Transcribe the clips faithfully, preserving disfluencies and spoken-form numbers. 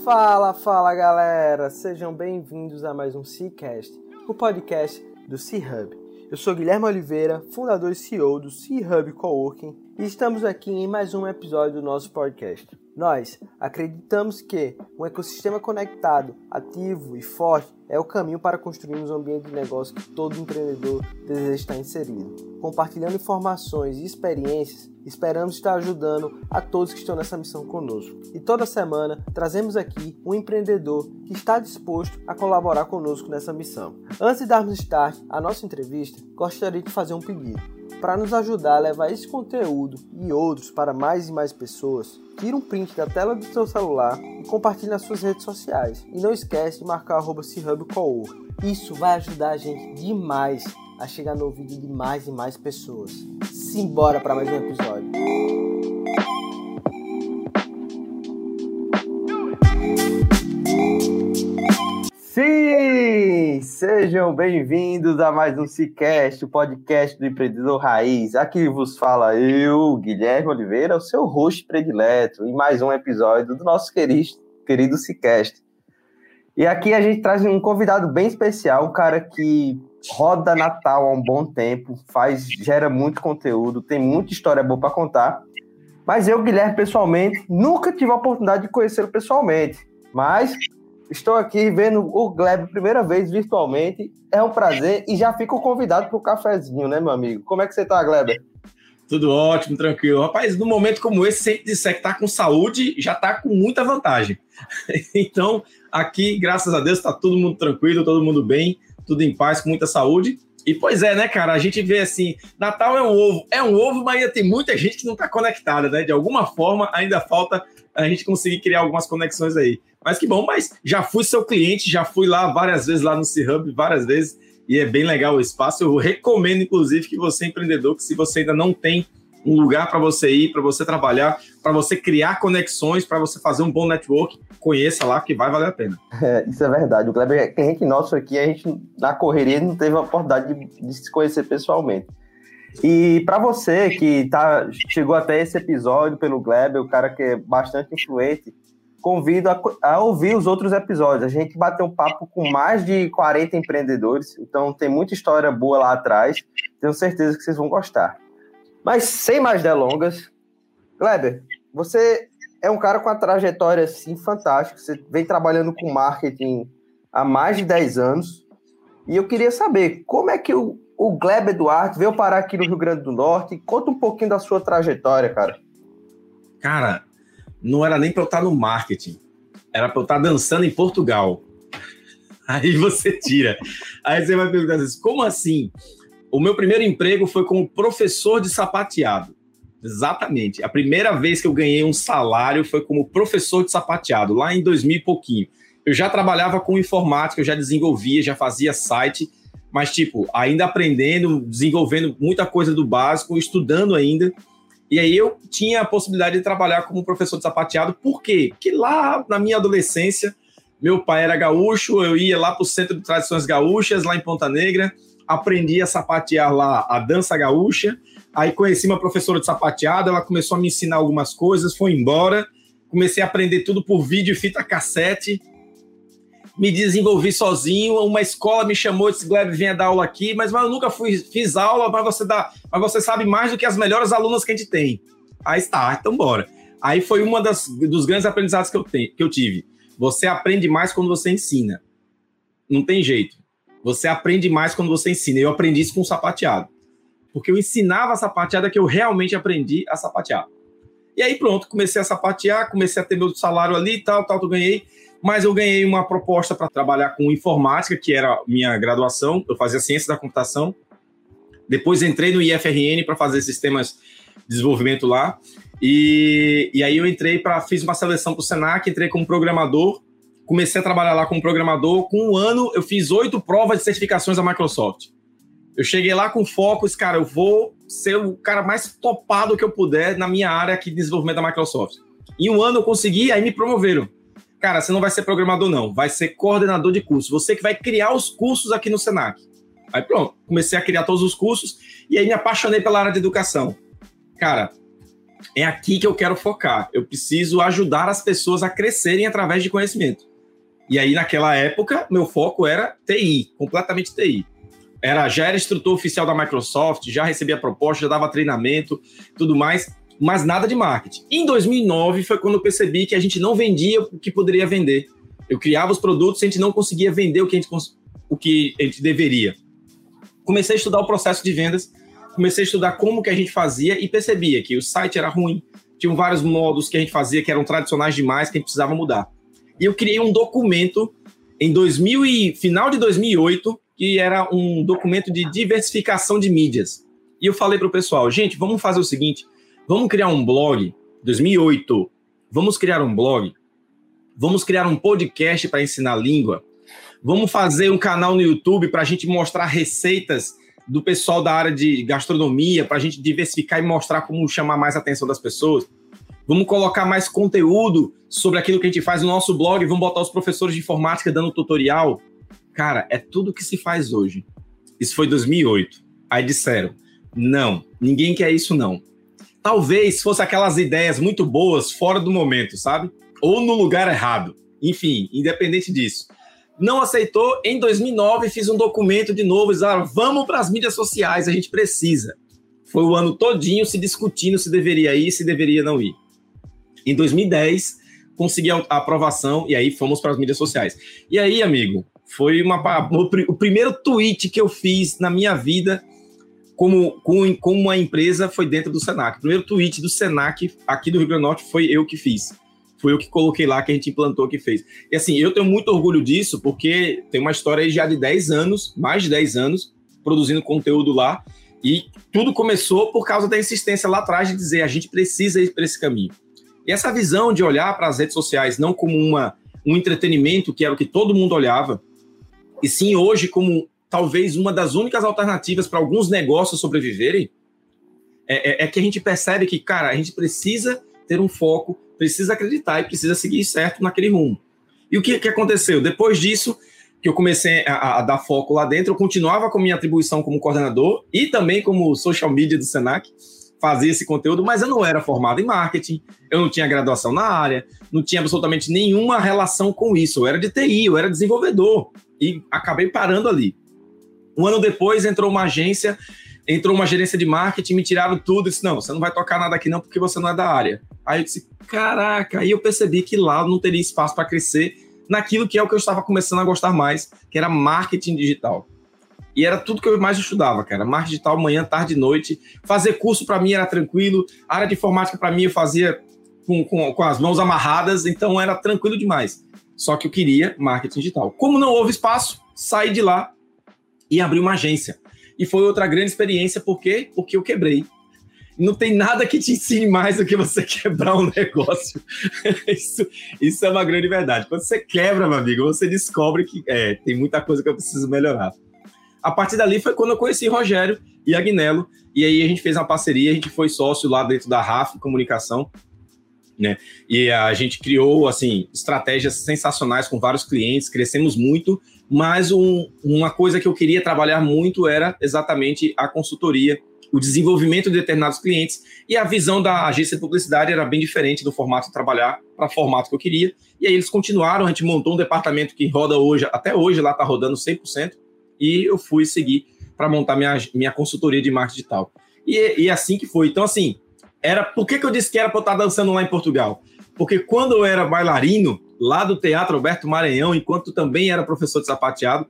Fala, fala galera! Sejam bem-vindos a mais um C-Cast, o podcast do C-Hub. Eu sou Guilherme Oliveira, fundador e C E O do C-Hub Coworking, e estamos aqui em mais um episódio do nosso podcast. Nós acreditamos que um ecossistema conectado, ativo e forte é o caminho para construirmos um ambiente de negócio que todo empreendedor deseja estar inserido. Compartilhando informações e experiências, esperamos estar ajudando a todos que estão nessa missão conosco. E toda semana trazemos aqui um empreendedor que está disposto a colaborar conosco nessa missão. Antes de darmos start à nossa entrevista, gostaria de fazer um pedido. Para nos ajudar a levar esse conteúdo e outros para mais e mais pessoas, tira um print da tela do seu celular e compartilhe nas suas redes sociais. E não esquece de marcar arroba C-Hub-Coworking. Isso vai ajudar a gente demais a chegar no ouvido de mais e mais pessoas. Simbora para mais um episódio. Sim! Sejam bem-vindos a mais um C-Cast, o podcast do Empreendedor Raiz. Aqui vos fala eu, Guilherme Oliveira, o seu host predileto, em mais um episódio do nosso querido, querido C-Cast. E aqui a gente traz um convidado bem especial, um cara que roda Natal há um bom tempo, faz, gera muito conteúdo, tem muita história boa para contar. Mas eu, Guilherme, pessoalmente, nunca tive a oportunidade de conhecê-lo pessoalmente. Mas estou aqui vendo o Gleb primeira vez virtualmente, é um prazer e já fico convidado para o cafezinho, né, meu amigo? Como é que você tá, Gleber? Tudo ótimo, tranquilo. Rapaz, num momento como esse, se disser que tá com saúde, já tá com muita vantagem. Então, aqui, graças a Deus, tá todo mundo tranquilo, todo mundo bem, tudo em paz, com muita saúde. E, pois é, né, cara, a gente vê assim, Natal é um ovo, é um ovo, mas ainda tem muita gente que não tá conectada, né? De alguma forma, ainda falta a gente conseguir criar algumas conexões aí. Mas que bom, mas já fui seu cliente, já fui lá várias vezes, lá no C-Hub, várias vezes, e é bem legal o espaço. Eu recomendo, inclusive, que você, empreendedor, que se você ainda não tem um lugar para você ir, para você trabalhar, para você criar conexões, para você fazer um bom network, conheça lá, que vai valer a pena. É, isso é verdade. O Kleber é cliente nosso aqui, a gente, na correria, não teve a oportunidade de, de se conhecer pessoalmente. E para você que tá, chegou até esse episódio pelo Kleber, o cara que é bastante influente, convido a, a ouvir os outros episódios. A gente bateu um papo com mais de quarenta empreendedores, então tem muita história boa lá atrás. Tenho certeza que vocês vão gostar. Mas sem mais delongas, Kleber, você é um cara com uma trajetória assim, fantástica. Você vem trabalhando com marketing há mais de dez anos. E eu queria saber como é que o, o Kleber Duarte veio parar aqui no Rio Grande do Norte. Conta um pouquinho da sua trajetória, cara. Cara, não era nem para eu estar no marketing. Era para eu estar dançando em Portugal. Aí você tira. Aí você vai perguntar assim, como assim? O meu primeiro emprego foi como professor de sapateado. Exatamente. A primeira vez que eu ganhei um salário foi como professor de sapateado, lá em dois mil e pouquinho. Eu já trabalhava com informática, eu já desenvolvia, já fazia site, mas, tipo, ainda aprendendo, desenvolvendo muita coisa do básico, estudando ainda. E aí eu tinha a possibilidade de trabalhar como professor de sapateado. Por quê? Porque lá na minha adolescência, meu pai era gaúcho, eu ia lá para o Centro de Tradições Gaúchas, lá em Ponta Negra, aprendi a sapatear lá a dança gaúcha, aí conheci uma professora de sapateado, ela começou a me ensinar algumas coisas, foi embora, comecei a aprender tudo por vídeo e fita cassete, me desenvolvi sozinho, uma escola me chamou, disse, Gleb, venha dar aula aqui, mas, mas eu nunca fui, fiz aula, mas você, dá, mas você sabe mais do que as melhores alunas que a gente tem. Aí está, então bora. Aí foi uma das, dos grandes aprendizados que eu, tenho, que eu tive. Você aprende mais quando você ensina. Não tem jeito. Você aprende mais quando você ensina. Eu aprendi isso com o sapateado. Porque eu ensinava a sapateada que eu realmente aprendi a sapatear. E aí pronto, comecei a sapatear, comecei a ter meu salário ali e tal, tal, eu ganhei. Mas eu ganhei uma proposta para trabalhar com informática, que era minha graduação. Eu fazia ciência da computação. Depois entrei no I F R N para fazer sistemas de desenvolvimento lá. E, e aí eu entrei para, fiz uma seleção para o Senac, entrei como programador. Comecei a trabalhar lá como programador. Com um ano, eu fiz oito provas de certificações da Microsoft. Eu cheguei lá com foco, esse cara, eu vou ser o cara mais topado que eu puder na minha área aqui de desenvolvimento da Microsoft. Em um ano eu consegui, aí me promoveram. Cara, você não vai ser programador não, vai ser coordenador de cursos. Você que vai criar os cursos aqui no Senac. Aí pronto, comecei a criar todos os cursos e aí me apaixonei pela área de educação. Cara, é aqui que eu quero focar. Eu preciso ajudar as pessoas a crescerem através de conhecimento. E aí, naquela época, meu foco era T I, completamente T I. Era, já era instrutor oficial da Microsoft, já recebia proposta, já dava treinamento, tudo mais, mas nada de marketing. Em dois mil e nove foi quando eu percebi que a gente não vendia o que poderia vender. Eu criava os produtos e a gente não conseguia vender o que a gente, o que a gente deveria. Comecei a estudar o processo de vendas, comecei a estudar como que a gente fazia e percebia que o site era ruim, tinham vários modos que a gente fazia que eram tradicionais demais, que a gente precisava mudar. E eu criei um documento em dois mil e, final de dois mil e oito, que era um documento de diversificação de mídias. E eu falei para o pessoal, gente, vamos fazer o seguinte, vamos criar um blog, dois mil e oito, vamos criar um blog, vamos criar um podcast para ensinar língua, vamos fazer um canal no YouTube para a gente mostrar receitas do pessoal da área de gastronomia, para a gente diversificar e mostrar como chamar mais a atenção das pessoas. Vamos colocar mais conteúdo sobre aquilo que a gente faz no nosso blog, vamos botar os professores de informática dando tutorial. Cara, é tudo que se faz hoje. Isso foi dois mil e oito. Aí disseram, não, ninguém quer isso não. Talvez fosse aquelas ideias muito boas fora do momento, sabe? Ou no lugar errado. Enfim, independente disso. Não aceitou, em dois mil e nove fiz um documento de novo, disseram, vamos para as mídias sociais, a gente precisa. Foi o ano todinho se discutindo se deveria ir, se deveria não ir. Em dois mil e dez, consegui a aprovação e aí fomos para as mídias sociais. E aí, amigo, foi uma, o primeiro tweet que eu fiz na minha vida como, como, como uma empresa foi dentro do Senac. O primeiro tweet do Senac aqui do Rio Grande do Norte foi eu que fiz. Foi eu que coloquei lá, que a gente implantou, que fez. E assim, eu tenho muito orgulho disso, porque tem uma história aí já de dez anos, mais de dez anos, produzindo conteúdo lá, e tudo começou por causa da insistência lá atrás de dizer, a gente precisa ir para esse caminho. E essa visão de olhar para as redes sociais não como uma, um entretenimento, que era o que todo mundo olhava, e sim hoje como talvez uma das únicas alternativas para alguns negócios sobreviverem, é, é, é que a gente percebe que, cara, a gente precisa ter um foco, precisa acreditar e precisa seguir certo naquele rumo. E o que, que aconteceu? Depois disso, que eu comecei a, a dar foco lá dentro, eu continuava com minha atribuição como coordenador e também como social media do Senac, fazia esse conteúdo, mas eu não era formado em marketing, eu não tinha graduação na área, não tinha absolutamente nenhuma relação com isso. Eu era de T I, eu era desenvolvedor e acabei parando ali. Um ano depois entrou uma agência, entrou uma gerência de marketing, me tiraram tudo e disse, não, você não vai tocar nada aqui não porque você não é da área. Aí eu disse, caraca, aí eu percebi que lá eu não teria espaço para crescer naquilo que é o que eu estava começando a gostar mais, que era marketing digital. E era tudo que eu mais estudava, cara. Marketing digital, manhã, tarde e noite. Fazer curso para mim era tranquilo. A área de informática para mim eu fazia com, com, com as mãos amarradas, então era tranquilo demais. Só que eu queria marketing digital. Como não houve espaço, saí de lá e abri uma agência. E foi outra grande experiência, por quê? Porque eu quebrei. Não tem nada que te ensine mais do que você quebrar um negócio. isso, isso é uma grande verdade. Quando você quebra, meu amigo, você descobre que é, tem muita coisa que eu preciso melhorar. A partir dali foi quando eu conheci Rogério e Agnello, e aí a gente fez uma parceria, a gente foi sócio lá dentro da R A F Comunicação, né? E a gente criou, assim, estratégias sensacionais com vários clientes, crescemos muito, mas um, uma coisa que eu queria trabalhar muito era exatamente a consultoria, o desenvolvimento de determinados clientes, e a visão da agência de publicidade era bem diferente do formato de trabalhar para o formato que eu queria, e aí eles continuaram, a gente montou um departamento que roda hoje, até hoje lá está rodando cem por cento, e eu fui seguir para montar minha, minha consultoria de marketing digital. E, e assim que foi. Então, assim, era, por que, que eu disse que era para eu estar dançando lá em Portugal? Porque quando eu era bailarino, lá do Teatro Alberto Maranhão, enquanto também era professor de sapateado,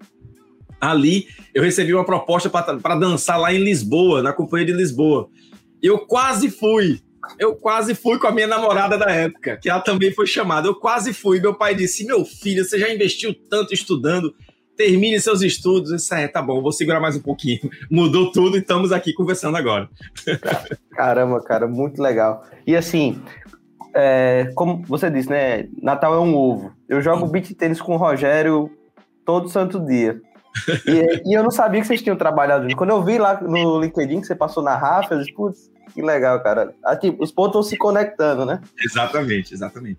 ali eu recebi uma proposta para dançar lá em Lisboa, na Companhia de Lisboa. Eu quase fui. Eu quase fui com a minha namorada da época, que ela também foi chamada. Eu quase fui. Meu pai disse, meu filho, você já investiu tanto estudando, termine seus estudos. Isso é, tá bom, vou segurar mais um pouquinho. Mudou tudo e estamos aqui conversando agora. Caramba, cara, muito legal. E assim, é, como você disse, né? Natal é um ovo. Eu jogo beach tênis com o Rogério todo santo dia. E, e eu não sabia que vocês tinham trabalhado junto. Quando eu vi lá no LinkedIn que você passou na R A F, eu disse, putz, que legal, cara. Aqui, os pontos estão se conectando, né? Exatamente, exatamente.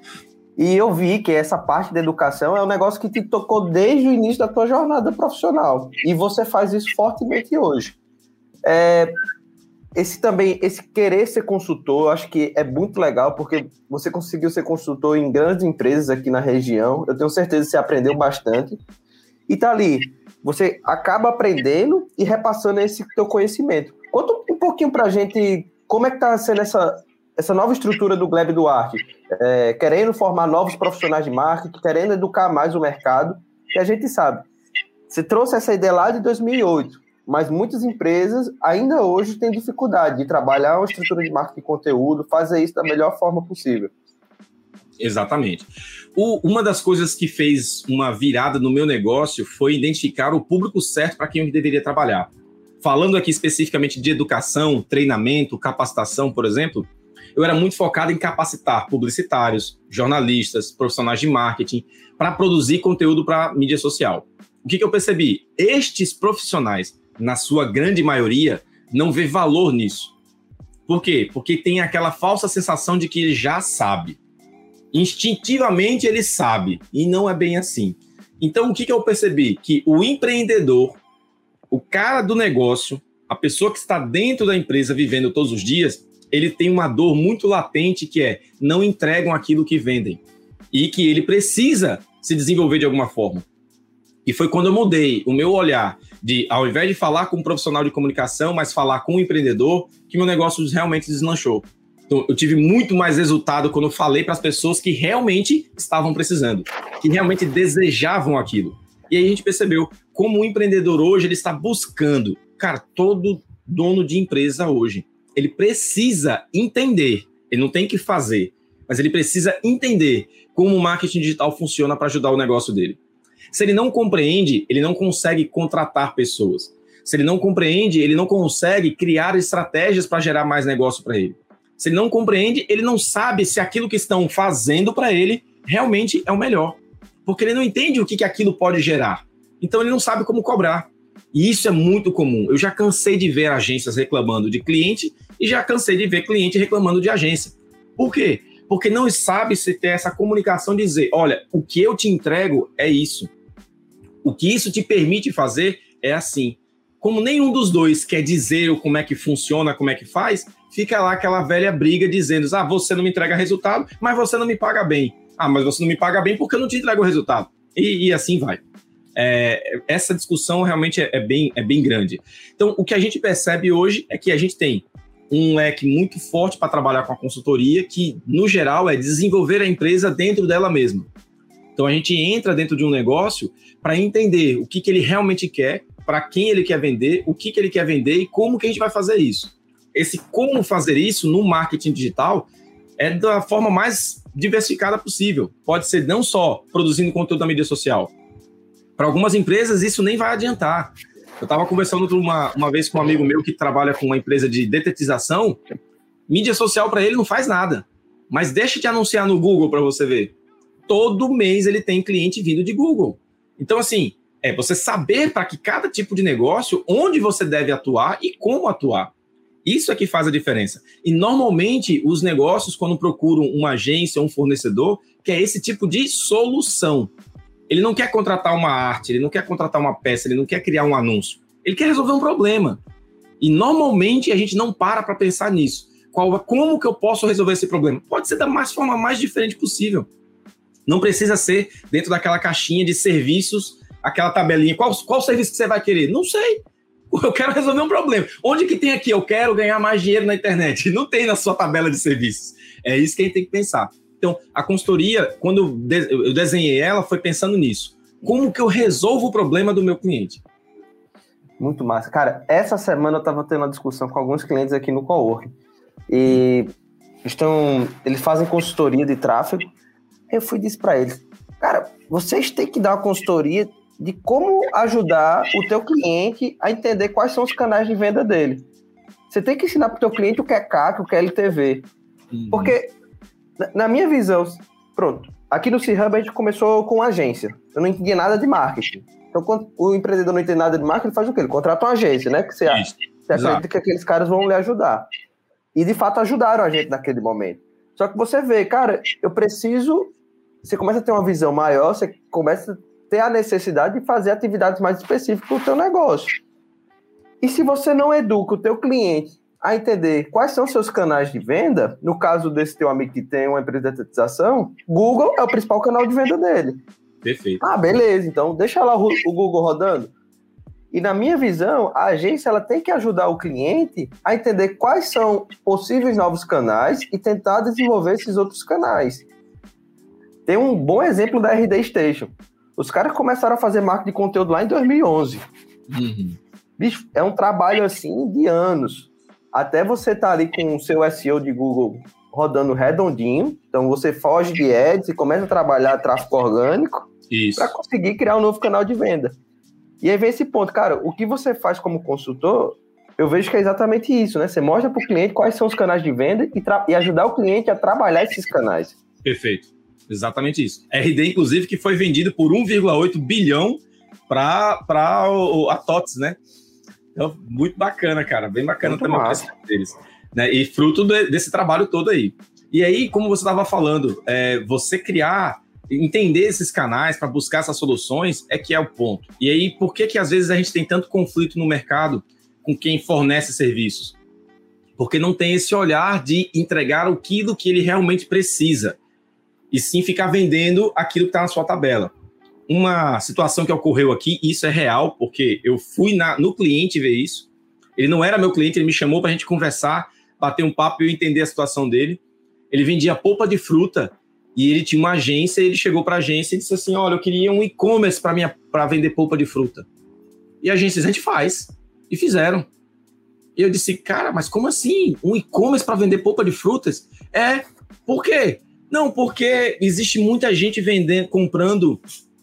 E eu vi que essa parte da educação é um negócio que te tocou desde o início da tua jornada profissional. E você faz isso fortemente hoje. É, esse também, esse querer ser consultor, eu acho que é muito legal, porque você conseguiu ser consultor em grandes empresas aqui na região, eu tenho certeza que você aprendeu bastante, e tá ali, você acaba aprendendo e repassando esse teu conhecimento. Conta um pouquinho pra gente como é que tá sendo essa, essa nova estrutura do Gleb Duarte, é, querendo formar novos profissionais de marketing, querendo educar mais o mercado, que a gente sabe, você trouxe essa ideia lá de dois mil e oito, mas muitas empresas ainda hoje têm dificuldade de trabalhar uma estrutura de marketing de conteúdo, fazer isso da melhor forma possível. Exatamente. O, uma das coisas que fez uma virada no meu negócio foi identificar o público certo para quem eu deveria trabalhar. Falando aqui especificamente de educação, treinamento, capacitação, por exemplo, eu era muito focado em capacitar publicitários, jornalistas, profissionais de marketing, para produzir conteúdo para mídia social. O que, que eu percebi? Estes profissionais, na sua grande maioria, não vê valor nisso. Por quê? Porque tem aquela falsa sensação de que ele já sabe. Instintivamente ele sabe, e não é bem assim. Então, o que, que eu percebi? Que o empreendedor, o cara do negócio, a pessoa que está dentro da empresa vivendo todos os dias, ele tem uma dor muito latente que é, não entregam aquilo que vendem. E que ele precisa se desenvolver de alguma forma. E foi quando eu mudei o meu olhar de, ao invés de falar com um profissional de comunicação, mas falar com um empreendedor, que meu negócio realmente deslanchou. Então, eu tive muito mais resultado quando eu falei para as pessoas que realmente estavam precisando, que realmente desejavam aquilo. E aí a gente percebeu como o empreendedor hoje ele está buscando. Cara, todo dono de empresa hoje, ele precisa entender, ele não tem que fazer, mas ele precisa entender como o marketing digital funciona para ajudar o negócio dele. Se ele não compreende, ele não consegue contratar pessoas. Se ele não compreende, ele não consegue criar estratégias para gerar mais negócio para ele. Se ele não compreende, ele não sabe se aquilo que estão fazendo para ele realmente é o melhor. Porque ele não entende o que, que aquilo pode gerar. Então ele não sabe como cobrar. E isso é muito comum. Eu já cansei de ver agências reclamando de cliente e já cansei de ver cliente reclamando de agência. Por quê? Porque não sabe se ter essa comunicação de dizer, olha, o que eu te entrego é isso. O que isso te permite fazer é assim. Como nenhum dos dois quer dizer como é que funciona, como é que faz, fica lá aquela velha briga dizendo, ah, você não me entrega resultado, mas você não me paga bem. Ah, mas você não me paga bem porque eu não te entrego o resultado. E, e assim vai. É, essa discussão realmente é, é, bem, é bem grande. Então, o que a gente percebe hoje é que a gente tem um leque muito forte para trabalhar com a consultoria, que, no geral, é desenvolver a empresa dentro dela mesma. Então, a gente entra dentro de um negócio para entender o que, que ele realmente quer, para quem ele quer vender, o que, que ele quer vender e como que a gente vai fazer isso. Esse como fazer isso no marketing digital é da forma mais diversificada possível. Pode ser não só produzindo conteúdo na mídia social. Para algumas empresas, isso nem vai adiantar. Eu estava conversando uma, uma vez com um amigo meu que trabalha com uma empresa de detetização. Mídia social para ele não faz nada. Mas deixa de anunciar no Google para você ver. Todo mês ele tem cliente vindo de Google. Então, assim, é você saber para que cada tipo de negócio, onde você deve atuar e como atuar. Isso é que faz a diferença. E, normalmente, os negócios, quando procuram uma agência ou um fornecedor, quer esse tipo de solução. Ele não quer contratar uma arte, ele não quer contratar uma peça, ele não quer criar um anúncio. Ele quer resolver um problema. E, normalmente, a gente não para para pensar nisso. Qual, como que eu posso resolver esse problema? Pode ser da mais, forma mais diferente possível. Não precisa ser dentro daquela caixinha de serviços, aquela tabelinha. Qual, qual serviço que você vai querer? Não sei. Eu quero resolver um problema. Onde que tem aqui? Eu quero ganhar mais dinheiro na internet. Não tem na sua tabela de serviços. É isso que a gente tem que pensar. Então, a consultoria, quando eu desenhei ela, foi pensando nisso. Como que eu resolvo o problema do meu cliente? Muito massa. Cara, essa semana eu estava tendo uma discussão com alguns clientes aqui no Coworking. E estão, eles fazem consultoria de tráfego. Eu fui dizer para eles, cara, vocês têm que dar uma consultoria de como ajudar o teu cliente a entender quais são os canais de venda dele. Você tem que ensinar para o teu cliente o que é C A C, o que é L T V. Uhum. Porque, na minha visão, pronto, aqui no C-Hub a gente começou com agência. Eu não entendia nada de marketing. Então, quando o empreendedor não entende nada de marketing, ele faz o quê? Ele contrata uma agência, né? Que você, você acredita que aqueles caras vão lhe ajudar. E, de fato, ajudaram a gente naquele momento. Só que você vê, cara, eu preciso... Você começa a ter uma visão maior, você começa a ter a necessidade de fazer atividades mais específicas para o teu negócio. E se você não educa o teu cliente a entender quais são seus canais de venda. No caso desse teu amigo que tem uma empresa de tetização, Google é o principal canal de venda dele. Perfeito. Ah, beleza, então deixa lá o, o Google rodando. E na minha visão, a agência ela tem que ajudar o cliente a entender quais são possíveis novos canais e tentar desenvolver esses outros canais. Tem um bom exemplo da R D Station. Os caras começaram a fazer marketing de conteúdo lá em dois mil e onze. Uhum. Bicho, é um trabalho assim de anos. Até você estar tá ali com o seu S E O de Google rodando redondinho. Então você foge de ads e começa a trabalhar tráfego orgânico para conseguir criar um novo canal de venda. E aí vem esse ponto, cara, o que você faz como consultor, eu vejo que é exatamente isso, né? Você mostra para o cliente quais são os canais de venda e, tra- e ajudar o cliente a trabalhar esses canais. Perfeito. Exatamente isso. R D, inclusive, que foi vendido por um vírgula oito bilhão para a T O T S, né? Então, muito bacana, cara. Bem bacana muito também o crescimento deles. Né? E fruto de, desse trabalho todo aí. E aí, como você estava falando, é, você criar, entender esses canais para buscar essas soluções é que é o ponto. E aí, por que que às vezes a gente tem tanto conflito no mercado com quem fornece serviços? Porque não tem esse olhar de entregar aquilo que ele realmente precisa. E sim ficar vendendo aquilo que está na sua tabela. Uma situação que ocorreu aqui, isso é real, porque eu fui na, no cliente ver isso. Ele não era meu cliente, ele me chamou para a gente conversar, bater um papo e eu entender a situação dele. Ele vendia polpa de fruta e ele tinha uma agência, e ele chegou para a agência e disse assim, olha, eu queria um e-commerce para vender polpa de fruta. E a agência, a gente faz. E fizeram. E eu disse, cara, mas como assim? Um e-commerce para vender polpa de frutas? É, por quê? Não, porque existe muita gente vendendo, comprando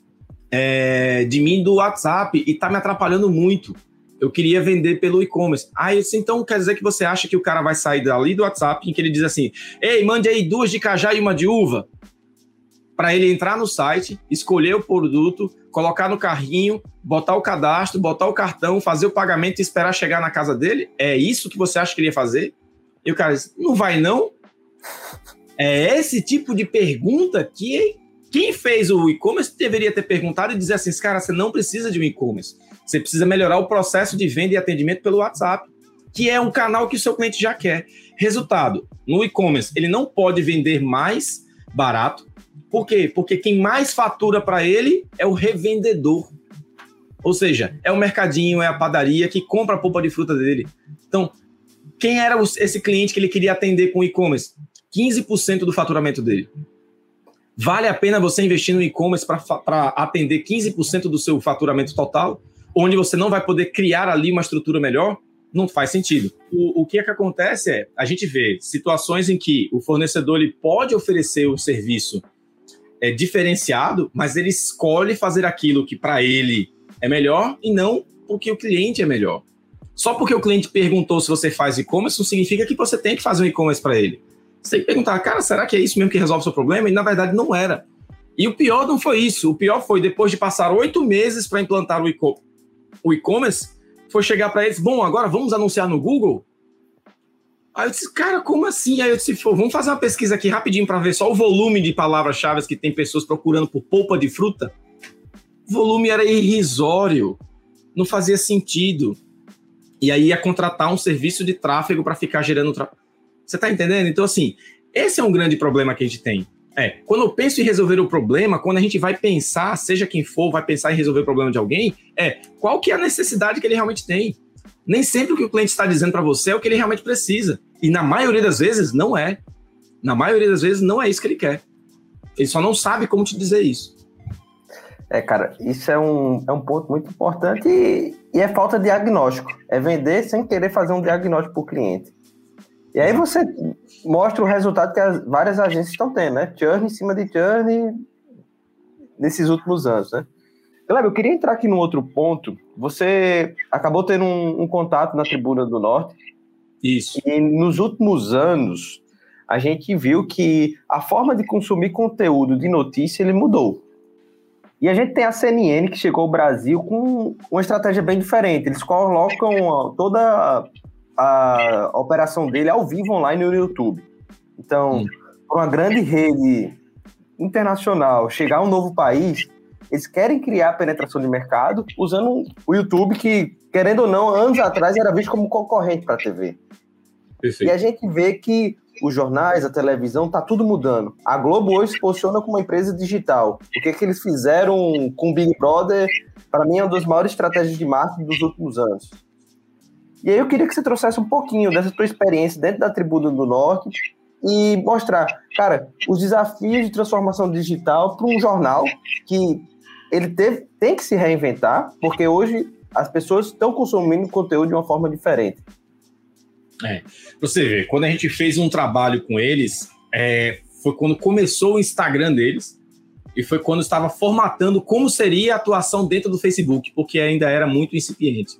é, de mim do WhatsApp e tá me atrapalhando muito. Eu queria vender pelo e-commerce. Ah, isso então quer dizer que você acha que o cara vai sair dali do WhatsApp em que ele diz assim, ei, mande aí duas de cajá e uma de uva, para ele entrar no site, escolher o produto, colocar no carrinho, botar o cadastro, botar o cartão, fazer o pagamento e esperar chegar na casa dele? É isso que você acha que ele ia fazer? E o cara diz, não vai não? É esse tipo de pergunta que quem fez o e-commerce deveria ter perguntado e dizer assim, cara, você não precisa de um e-commerce. Você precisa melhorar o processo de venda e atendimento pelo WhatsApp, que é um canal que o seu cliente já quer. Resultado, no e-commerce, ele não pode vender mais barato. Por quê? Porque quem mais fatura para ele é o revendedor. Ou seja, é o mercadinho, é a padaria que compra a polpa de fruta dele. Então, quem era esse cliente que ele queria atender com o e-commerce? quinze por cento do faturamento dele. Vale a pena você investir no e-commerce para atender quinze por cento do seu faturamento total, onde você não vai poder criar ali uma estrutura melhor? Não faz sentido. O, o que é que acontece é, a gente vê situações em que o fornecedor ele pode oferecer o serviço é, diferenciado, mas ele escolhe fazer aquilo que para ele é melhor e não porque o cliente é melhor. Só porque o cliente perguntou se você faz e-commerce, não significa que você tem que fazer um e-commerce para ele. Você tem que perguntar, cara, será que é isso mesmo que resolve o seu problema? E na verdade não era. E o pior não foi isso. O pior foi, depois de passar oito meses para implantar o e-commerce, foi chegar para eles, bom, agora vamos anunciar no Google? Aí eu disse, cara, como assim? Aí eu disse, vamos fazer uma pesquisa aqui rapidinho para ver só o volume de palavras-chave que tem pessoas procurando por polpa de fruta. O volume era irrisório, não fazia sentido. E aí ia contratar um serviço de tráfego para ficar gerando tráfego. Você tá entendendo? Então, assim, esse é um grande problema que a gente tem. É, quando eu penso em resolver o problema, quando a gente vai pensar, seja quem for, vai pensar em resolver o problema de alguém, é qual que é a necessidade que ele realmente tem. Nem sempre o que o cliente está dizendo para você é o que ele realmente precisa. E na maioria das vezes, não é. Na maioria das vezes, não é isso que ele quer. Ele só não sabe como te dizer isso. É, cara, isso é um, é um ponto muito importante e, e é falta de diagnóstico. É vender sem querer fazer um diagnóstico para o cliente. E aí você mostra o resultado que as várias agências estão tendo, né? Churn em cima de churn nesses últimos anos, né? Cleber, eu queria entrar aqui num outro ponto. Você acabou tendo um, um contato na Tribuna do Norte. Isso. E nos últimos anos, a gente viu que a forma de consumir conteúdo de notícia, ele mudou. E a gente tem a C N N que chegou ao Brasil com uma estratégia bem diferente. Eles colocam toda a operação dele ao vivo online no YouTube. Então, hum. para uma grande rede internacional chegar a um novo país, eles querem criar penetração de mercado usando o YouTube que, querendo ou não, anos atrás era visto como concorrente para a T V. Perfeito. E a gente vê que os jornais, a televisão, tá tudo mudando. A Globo hoje se posiciona como uma empresa digital. O que, que eles fizeram com o Big Brother, para mim, é uma das maiores estratégias de marketing dos últimos anos. E aí eu queria que você trouxesse um pouquinho dessa tua experiência dentro da Tribuna do Norte e mostrar, cara, os desafios de transformação digital para um jornal que ele teve, tem que se reinventar, porque hoje as pessoas estão consumindo conteúdo de uma forma diferente. É, você vê, quando a gente fez um trabalho com eles, é, foi quando começou o Instagram deles e foi quando estava formatando como seria a atuação dentro do Facebook, porque ainda era muito incipiente.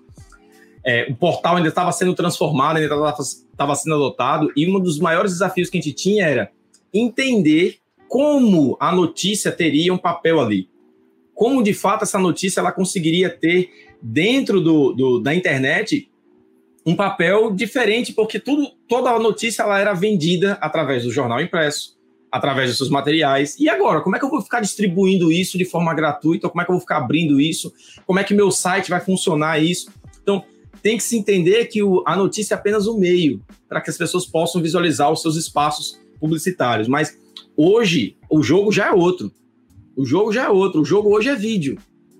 É, o portal ainda estava sendo transformado, ainda estava sendo adotado, e um dos maiores desafios que a gente tinha era entender como a notícia teria um papel ali. Como, de fato, essa notícia ela conseguiria ter, dentro do, do, da internet, um papel diferente, porque tudo, toda a notícia ela era vendida através do jornal impresso, através dos seus materiais. E agora, como é que eu vou ficar distribuindo isso de forma gratuita? Como é que eu vou ficar abrindo isso? Como é que meu site vai funcionar isso? Então, tem que se entender que o, a notícia é apenas um meio para que as pessoas possam visualizar os seus espaços publicitários. Mas hoje, o jogo já é outro. O jogo já é outro. O jogo hoje é vídeo.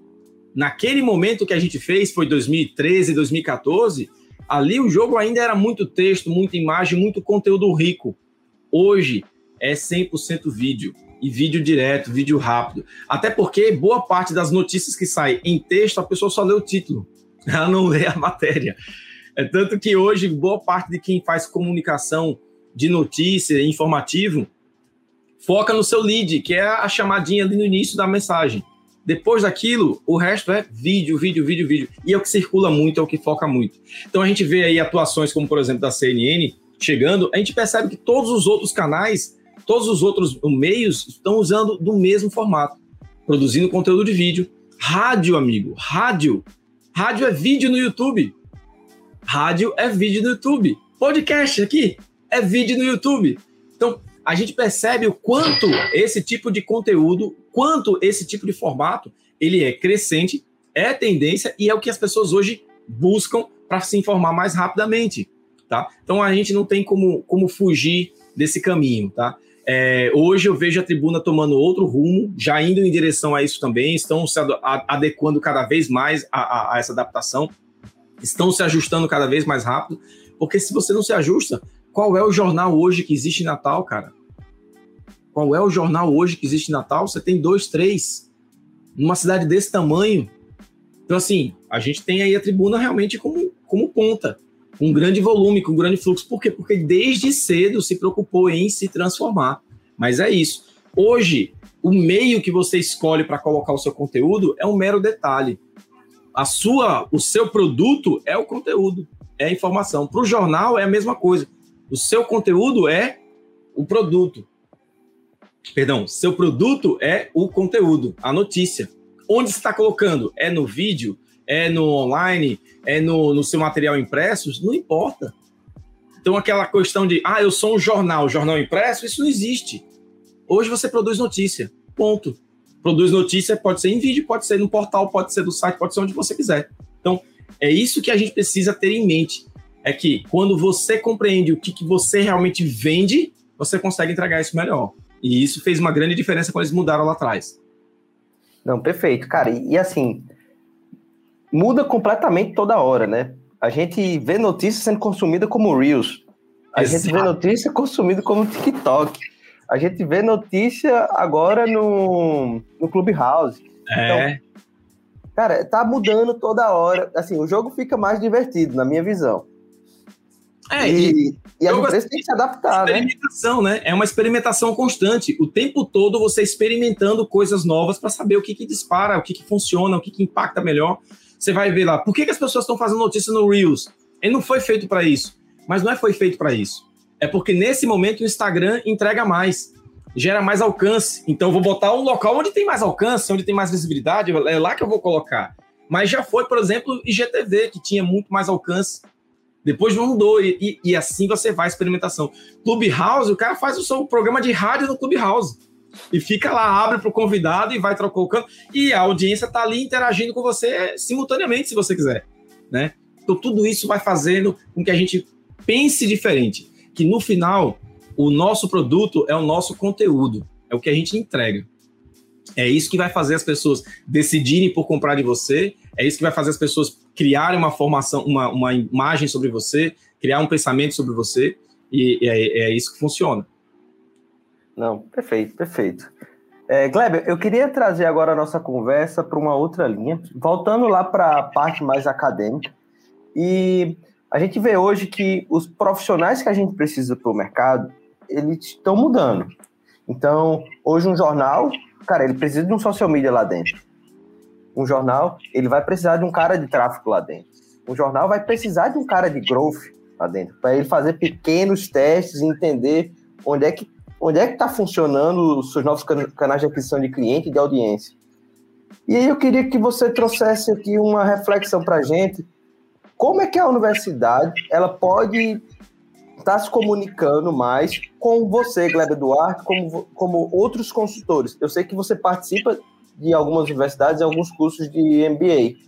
Naquele momento que a gente fez, foi dois mil e treze, dois mil e quatorze, ali o jogo ainda era muito texto, muita imagem, muito conteúdo rico. Hoje é cem por cento vídeo. E vídeo direto, vídeo rápido. Até porque boa parte das notícias que saem em texto, a pessoa só lê o título. Ela não lê a matéria. É tanto que hoje, boa parte de quem faz comunicação de notícia, informativo, foca no seu lead, que é a chamadinha ali no início da mensagem. Depois daquilo, o resto é vídeo, vídeo, vídeo, vídeo. E é o que circula muito, é o que foca muito. Então a gente vê aí atuações como, por exemplo, da C N N chegando, a gente percebe que todos os outros canais, todos os outros meios estão usando do mesmo formato, produzindo conteúdo de vídeo. Rádio, amigo, rádio. Rádio é vídeo no YouTube. Rádio é vídeo no YouTube. Podcast aqui é vídeo no YouTube. Então, a gente percebe o quanto esse tipo de conteúdo, quanto esse tipo de formato, ele é crescente, é tendência e é o que as pessoas hoje buscam para se informar mais rapidamente, tá? Então, a gente não tem como, como fugir desse caminho, tá? É, hoje eu vejo a Tribuna tomando outro rumo, já indo em direção a isso também, estão se adequando cada vez mais a, a, a essa adaptação, estão se ajustando cada vez mais rápido, porque se você não se ajusta, qual é o jornal hoje que existe em Natal, cara? Qual é o jornal hoje que existe em Natal? Você tem dois, três, numa cidade desse tamanho. Então, assim, a gente tem aí a Tribuna realmente como, como ponta, com um grande volume, com um grande fluxo. Por quê? Porque desde cedo se preocupou em se transformar. Mas é isso. Hoje, o meio que você escolhe para colocar o seu conteúdo é um mero detalhe. A sua, o seu produto é o conteúdo, é a informação. Para o jornal é a mesma coisa. O seu conteúdo é o produto. Perdão, seu produto é o conteúdo, a notícia. Onde você está colocando? É no vídeo? É no online? É no, no seu material impresso? Não importa. Então, aquela questão de, ah, eu sou um jornal, jornal impresso, isso não existe. Hoje você produz notícia, ponto. Produz notícia, pode ser em vídeo, pode ser no portal, pode ser do site, pode ser onde você quiser. Então, é isso que a gente precisa ter em mente. É que quando você compreende o que, que você realmente vende, você consegue entregar isso melhor. E isso fez uma grande diferença quando eles mudaram lá atrás. Não, perfeito. Cara, e, e assim, muda completamente toda hora, né? A gente vê notícia sendo consumida como Reels. A Exato. gente vê notícia consumida como TikTok. A gente vê notícia agora no, no Clubhouse. É. Então, cara, tá mudando toda hora. Assim, o jogo fica mais divertido, na minha visão. É, e, e, e a empresa tem que se adaptar, experimentação, né? né? É uma experimentação constante. O tempo todo você experimentando coisas novas para saber o que, que dispara, o que, que funciona, o que, que impacta melhor. Você vai ver lá, por que, que as pessoas estão fazendo notícia no Reels? Ele não foi feito para isso. Mas não é foi feito para isso. É porque nesse momento o Instagram entrega mais, gera mais alcance. Então eu vou botar um local onde tem mais alcance, onde tem mais visibilidade, é lá que eu vou colocar. Mas já foi, por exemplo, I G T V, que tinha muito mais alcance. Depois mudou, e, e, e assim você vai à experimentação. Clubhouse, o cara faz o seu programa de rádio no Clubhouse. E fica lá, abre para o convidado e vai trocando. E a audiência está ali interagindo com você simultaneamente, se você quiser, né? Então tudo isso vai fazendo com que a gente pense diferente, que no final o nosso produto é o nosso conteúdo, é o que a gente entrega. É isso que vai fazer as pessoas decidirem por comprar de você, é isso que vai fazer as pessoas criarem uma formação, uma, uma imagem sobre você, criar um pensamento sobre você, e é, é isso que funciona. Não, perfeito, perfeito. É, Gleb, eu queria trazer agora a nossa conversa para uma outra linha, voltando lá para a parte mais acadêmica, e a gente vê hoje que os profissionais que a gente precisa para o mercado, eles estão mudando. Então, hoje um jornal, cara, ele precisa de um social media lá dentro. Um jornal, ele vai precisar de um cara de tráfego lá dentro. Um jornal vai precisar de um cara de growth lá dentro, para ele fazer pequenos testes e entender onde é que onde é que está funcionando os seus novos canais de aquisição de cliente e de audiência. E aí eu queria que você trouxesse aqui uma reflexão para a gente, como é que a universidade ela pode estar se comunicando mais com você, Gleb Duarte, como, como outros consultores. Eu sei que você participa de algumas universidades e alguns cursos de M B A.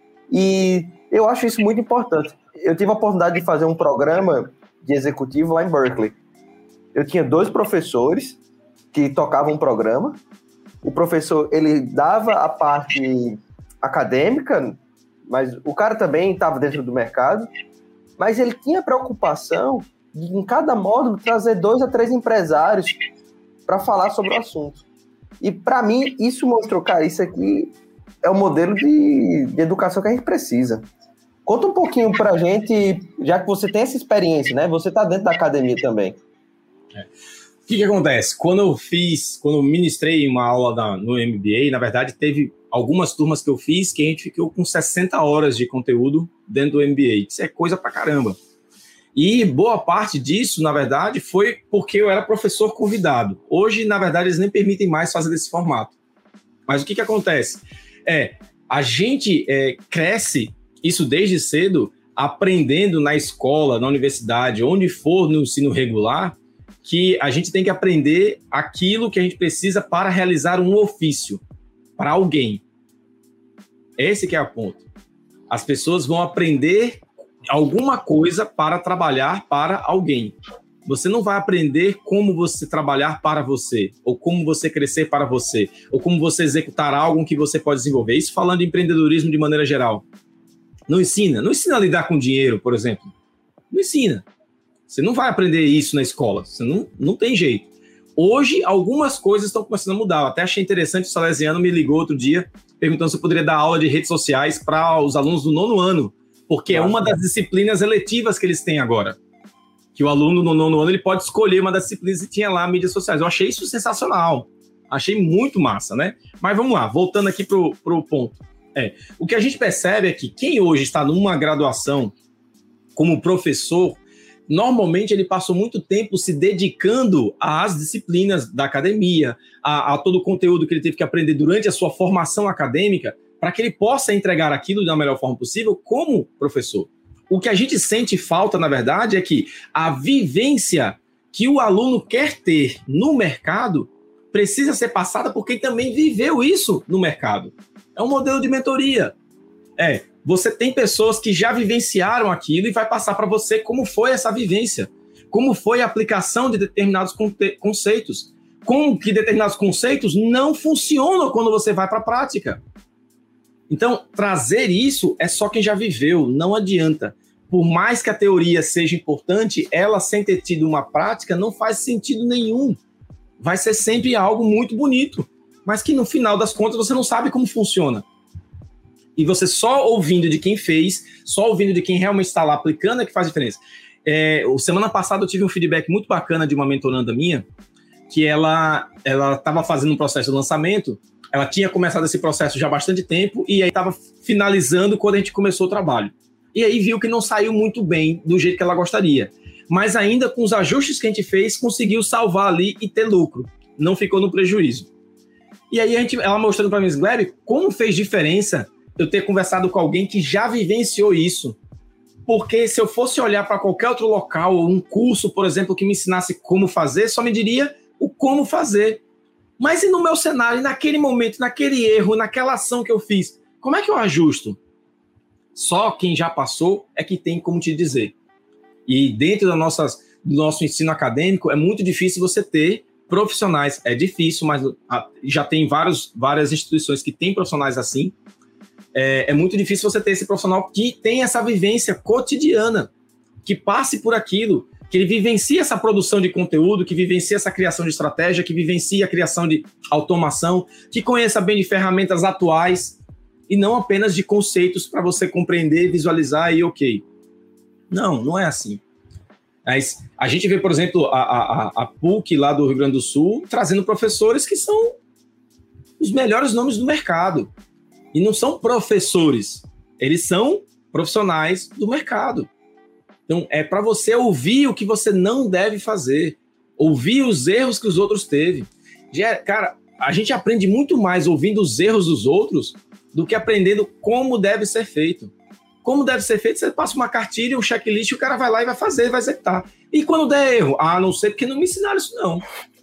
E eu acho isso muito importante. Eu tive a oportunidade de fazer um programa de executivo lá em Berkeley. Eu tinha dois professores que tocavam um programa. O professor, ele dava a parte acadêmica, mas o cara também estava dentro do mercado, mas ele tinha preocupação de, em cada módulo, trazer dois a três empresários para falar sobre o assunto. E, para mim, isso mostrou, cara, isso aqui é o modelo de, de educação que a gente precisa. Conta um pouquinho para a gente, já que você tem essa experiência, né? Você está dentro da academia também. É. O que, que acontece? Quando eu fiz, quando eu ministrei uma aula da, no M B A, na verdade, teve algumas turmas que eu fiz que a gente ficou com sessenta horas de conteúdo dentro do M B A. Isso é coisa pra caramba. E boa parte disso, na verdade, foi porque eu era professor convidado. Hoje, na verdade, eles nem permitem mais fazer desse formato. Mas o que, que acontece? É, a gente é, cresce isso desde cedo, aprendendo na escola, na universidade, onde for no ensino regular, que a gente tem que aprender aquilo que a gente precisa para realizar um ofício, para alguém. Esse que é o ponto. As pessoas vão aprender alguma coisa para trabalhar para alguém. Você não vai aprender como você trabalhar para você, ou como você crescer para você, ou como você executar algo que você pode desenvolver. Isso falando de empreendedorismo de maneira geral. Não ensina. Não ensina a lidar com dinheiro, por exemplo. Não ensina. Você não vai aprender isso na escola, você não, não tem jeito. Hoje, algumas coisas estão começando a mudar. Eu até achei interessante, o Salesiano me ligou outro dia, perguntando se eu poderia dar aula de redes sociais para os alunos do nono ano, porque Nossa. é uma das disciplinas eletivas que eles têm agora. Que o aluno no nono ano ele pode escolher uma das disciplinas e tinha lá mídias sociais. Eu achei isso sensacional. Achei muito massa, né? Mas vamos lá, voltando aqui para o ponto. É, o que a gente percebe é que quem hoje está numa graduação como professor, normalmente ele passou muito tempo se dedicando às disciplinas da academia, a, a todo o conteúdo que ele teve que aprender durante a sua formação acadêmica, para que ele possa entregar aquilo da melhor forma possível como professor. O que a gente sente falta, na verdade, é que a vivência que o aluno quer ter no mercado precisa ser passada por quem também viveu isso no mercado. É um modelo de mentoria. É, você tem pessoas que já vivenciaram aquilo e vai passar para você como foi essa vivência, como foi a aplicação de determinados conceitos, como que determinados conceitos não funcionam quando você vai para a prática. Então, trazer isso é só quem já viveu, não adianta. Por mais que a teoria seja importante, ela sem ter tido uma prática não faz sentido nenhum. Vai ser sempre algo muito bonito, mas que no final das contas você não sabe como funciona. E você só ouvindo de quem fez, só ouvindo de quem realmente está lá aplicando é que faz diferença. É, semana passada eu tive um feedback muito bacana de uma mentoranda minha, que ela estava fazendo um processo de lançamento, ela tinha começado esse processo já há bastante tempo, e aí estava finalizando quando a gente começou o trabalho. E aí viu que não saiu muito bem do jeito que ela gostaria. Mas ainda com os ajustes que a gente fez, conseguiu salvar ali e ter lucro. Não ficou no prejuízo. E aí a gente, ela mostrando para mim, Gleb, como fez diferença eu ter conversado com alguém que já vivenciou isso. Porque se eu fosse olhar para qualquer outro local, ou um curso, por exemplo, que me ensinasse como fazer, só me diria o como fazer. Mas e no meu cenário, naquele momento, naquele erro, naquela ação que eu fiz, como é que eu ajusto? Só quem já passou é que tem como te dizer. E dentro da nossas, do nosso ensino acadêmico, é muito difícil você ter profissionais. É difícil, mas já tem vários, várias instituições que têm profissionais assim. É, é muito difícil você ter esse profissional que tem essa vivência cotidiana, que passe por aquilo, que ele vivencie essa produção de conteúdo, que vivencie essa criação de estratégia, que vivencie a criação de automação, que conheça bem de ferramentas atuais e não apenas de conceitos para você compreender, visualizar e ok. Não, não é assim. Mas a gente vê, por exemplo, a, a, a P U C lá do Rio Grande do Sul trazendo professores que são os melhores nomes do mercado. E não são professores, eles são profissionais do mercado. Então, é para você ouvir o que você não deve fazer, ouvir os erros que os outros teve. Cara, a gente aprende muito mais ouvindo os erros dos outros do que aprendendo como deve ser feito. Como deve ser feito, você passa uma cartilha, um checklist, e o cara vai lá e vai fazer, vai executar. E quando der erro? Ah, não sei, porque não me ensinaram isso, não.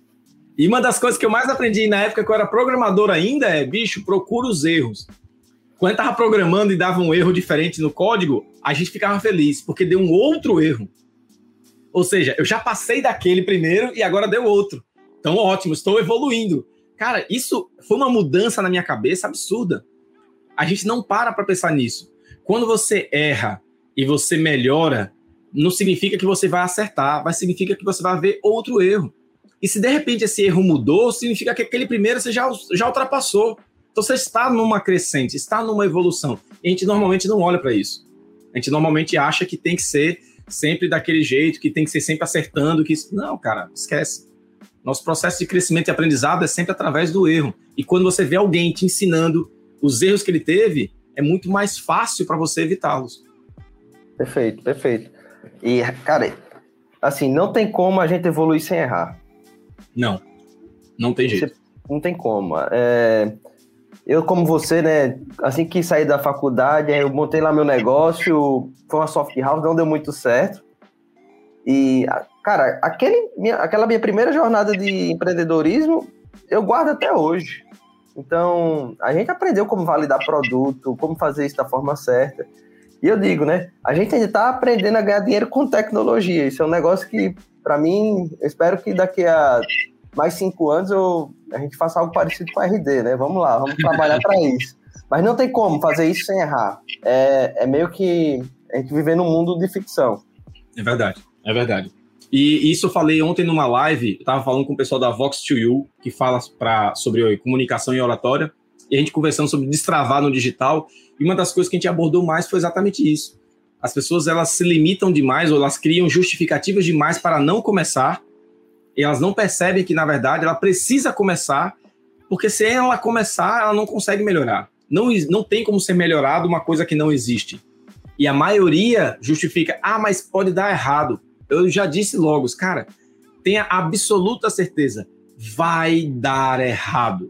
E uma das coisas que eu mais aprendi na época que eu era programador ainda é, bicho, procura os erros. Quando eu estava programando e dava um erro diferente no código, a gente ficava feliz, porque deu um outro erro. Ou seja, eu já passei daquele primeiro e agora deu outro. Então, ótimo, estou evoluindo. Cara, isso foi uma mudança na minha cabeça absurda. A gente não para para pensar nisso. Quando você erra e você melhora, não significa que você vai acertar, mas significa que você vai ver outro erro. E se de repente esse erro mudou, significa que aquele primeiro você já, já ultrapassou. Então você está numa crescente, está numa evolução. E a gente normalmente não olha para isso. A gente normalmente acha que tem que ser sempre daquele jeito, que tem que ser sempre acertando. Que isso... Não, cara, esquece. Nosso processo de crescimento e aprendizado é sempre através do erro. E quando você vê alguém te ensinando os erros que ele teve, é muito mais fácil para você evitá-los. Perfeito, perfeito. E, cara, assim, não tem como a gente evoluir sem errar. Não, não tem jeito. Você, não tem como. É... Eu, como você, né, assim que saí da faculdade, eu montei lá meu negócio, foi uma soft house, não deu muito certo. E, cara, aquele, minha, aquela minha primeira jornada de empreendedorismo, eu guardo até hoje. Então, a gente aprendeu como validar produto, como fazer isso da forma certa. E eu digo, né, a gente ainda está aprendendo a ganhar dinheiro com tecnologia. Isso é um negócio que, para mim, eu espero que daqui a mais cinco anos eu, a gente faça algo parecido com a R D, né? Vamos lá, vamos trabalhar para isso. Mas não tem como fazer isso sem errar. É, é meio que a gente viver num mundo de ficção. É verdade, é verdade. E isso eu falei ontem numa live, eu estava falando com o pessoal da Vox to You, que fala pra, sobre comunicação e oratória, e a gente conversando sobre destravar no digital, e uma das coisas que a gente abordou mais foi exatamente isso. As pessoas, elas se limitam demais, ou elas criam justificativas demais para não começar, e elas não percebem que, na verdade, ela precisa começar, porque se ela começar, ela não consegue melhorar. Não, não tem como ser melhorado uma coisa que não existe. E a maioria justifica, ah, mas pode dar errado. Eu já disse logo, cara, tenha absoluta certeza, vai dar errado.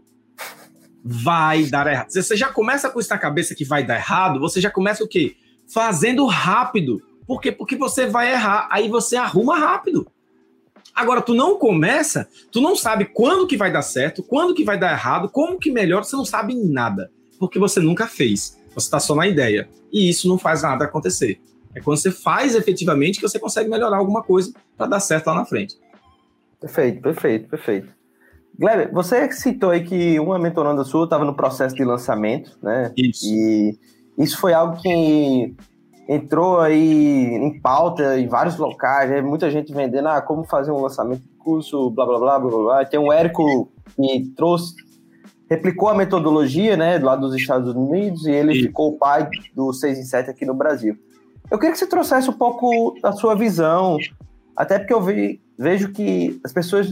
Vai dar errado. Se você já começa com isso na cabeça que vai dar errado, você já começa o quê? Fazendo rápido. Por quê? Porque você vai errar, aí você arruma rápido. Agora, tu não começa, tu não sabe quando que vai dar certo, quando que vai dar errado, como que melhora, você não sabe nada, porque você nunca fez. Você está só na ideia. E isso não faz nada acontecer. É quando você faz efetivamente que você consegue melhorar alguma coisa para dar certo lá na frente. Perfeito, perfeito, perfeito. Gleber, você citou aí que uma mentoranda sua estava no processo de lançamento, né? Isso. E isso foi algo que entrou aí em pauta em vários locais, né? Muita gente vendendo, ah, como fazer um lançamento de curso, blá, blá, blá, blá, blá, blá. Tem um Érico que trouxe, replicou a metodologia, né, lá dos Estados Unidos, e ele Isso. ficou o pai do seis em sete aqui no Brasil. Eu queria que você trouxesse um pouco da sua visão, até porque eu vi, vejo que as pessoas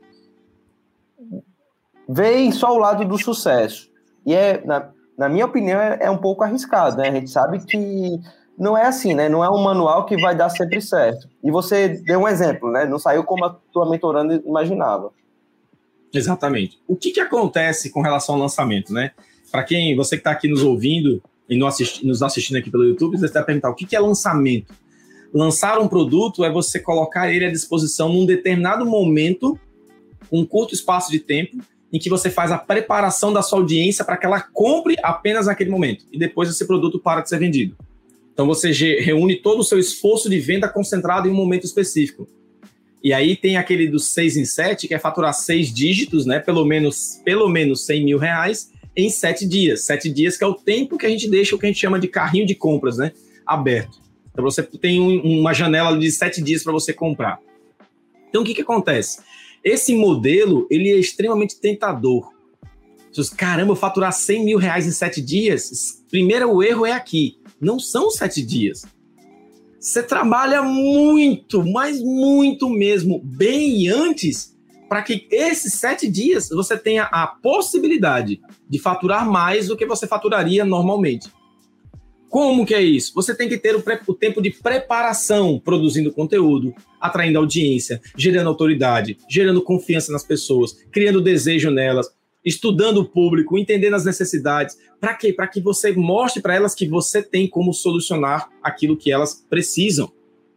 veem só o lado do sucesso. E, é, na, na minha opinião, é, é um pouco arriscado, né? A gente sabe que não é assim, né? Não é um manual que vai dar sempre certo. E você deu um exemplo, né? Não saiu como a tua mentoranda imaginava. Exatamente. O que, que acontece com relação ao lançamento, né? Para quem, você que está aqui nos ouvindo e nos, assisti, nos assistindo aqui pelo YouTube, você vai perguntar o que, que é lançamento. Lançar um produto é você colocar ele à disposição num determinado momento, um curto espaço de tempo, em que você faz a preparação da sua audiência para que ela compre apenas naquele momento. E depois esse produto para de ser vendido. Então você reúne todo o seu esforço de venda concentrado em um momento específico. E aí tem aquele dos seis em sete, que é faturar seis dígitos, né? Pelo menos, pelo menos cem mil reais em sete dias. Sete dias que é o tempo que a gente deixa o que a gente chama de carrinho de compras, né? Aberto. Então você tem um, uma janela de sete dias para você comprar. Então o que que acontece? Esse modelo, ele é extremamente tentador. Caramba, eu faturar cem mil reais em sete dias? Primeiro, o erro é aqui. Não são sete dias. Você trabalha muito, mas muito mesmo, bem antes, para que esses sete dias você tenha a possibilidade de faturar mais do que você faturaria normalmente. Como que é isso? Você tem que ter o, o tempo de preparação, produzindo conteúdo, atraindo audiência, gerando autoridade, gerando confiança nas pessoas, criando desejo nelas, estudando o público, entendendo as necessidades. Para quê? Para que você mostre para elas que você tem como solucionar aquilo que elas precisam.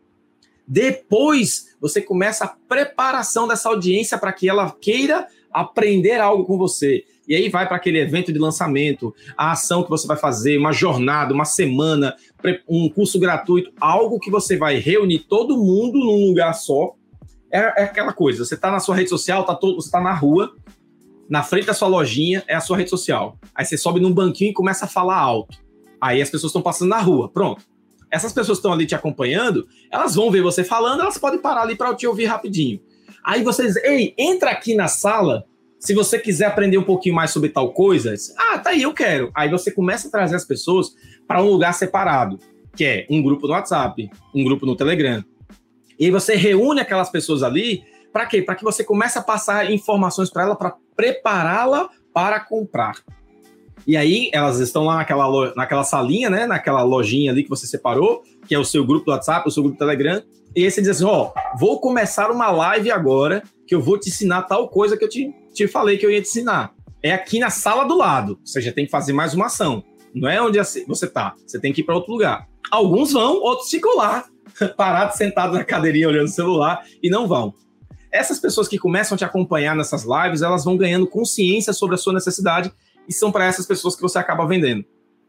Depois, você começa a preparação dessa audiência para que ela queira aprender algo com você. E aí vai para aquele evento de lançamento, a ação que você vai fazer, uma jornada, uma semana, um curso gratuito, algo que você vai reunir todo mundo num lugar só. É, é aquela coisa, você está na sua rede social, tá todo, você está na rua, na frente da sua lojinha é a sua rede social. Aí você sobe num banquinho e começa a falar alto. Aí as pessoas estão passando na rua, pronto. Essas pessoas que estão ali te acompanhando, elas vão ver você falando, elas podem parar ali para te ouvir rapidinho. Aí você diz, ei, entra aqui na sala, se você quiser aprender um pouquinho mais sobre tal coisa. Ah, tá aí, eu quero. Aí você começa a trazer as pessoas para um lugar separado, que é um grupo no WhatsApp, um grupo no Telegram. E aí você reúne aquelas pessoas ali, para quê? Para que você comece a passar informações para ela, para prepará-la para comprar. E aí elas estão lá naquela, lo... naquela salinha, né? Naquela lojinha ali que você separou, que é o seu grupo do WhatsApp, o seu grupo do Telegram. E aí você diz assim, ó, vou começar uma live agora, que eu vou te ensinar tal coisa que eu te, te falei que eu ia te ensinar. É aqui na sala do lado. Você já tem que fazer mais uma ação. Não é onde você está. Você tem que ir para outro lugar. Alguns vão, outros ficam lá, parados, sentados na cadeirinha, olhando o celular, e não vão. Essas pessoas que começam a te acompanhar nessas lives, elas vão ganhando consciência sobre a sua necessidade e são para essas pessoas que você acaba vendendo.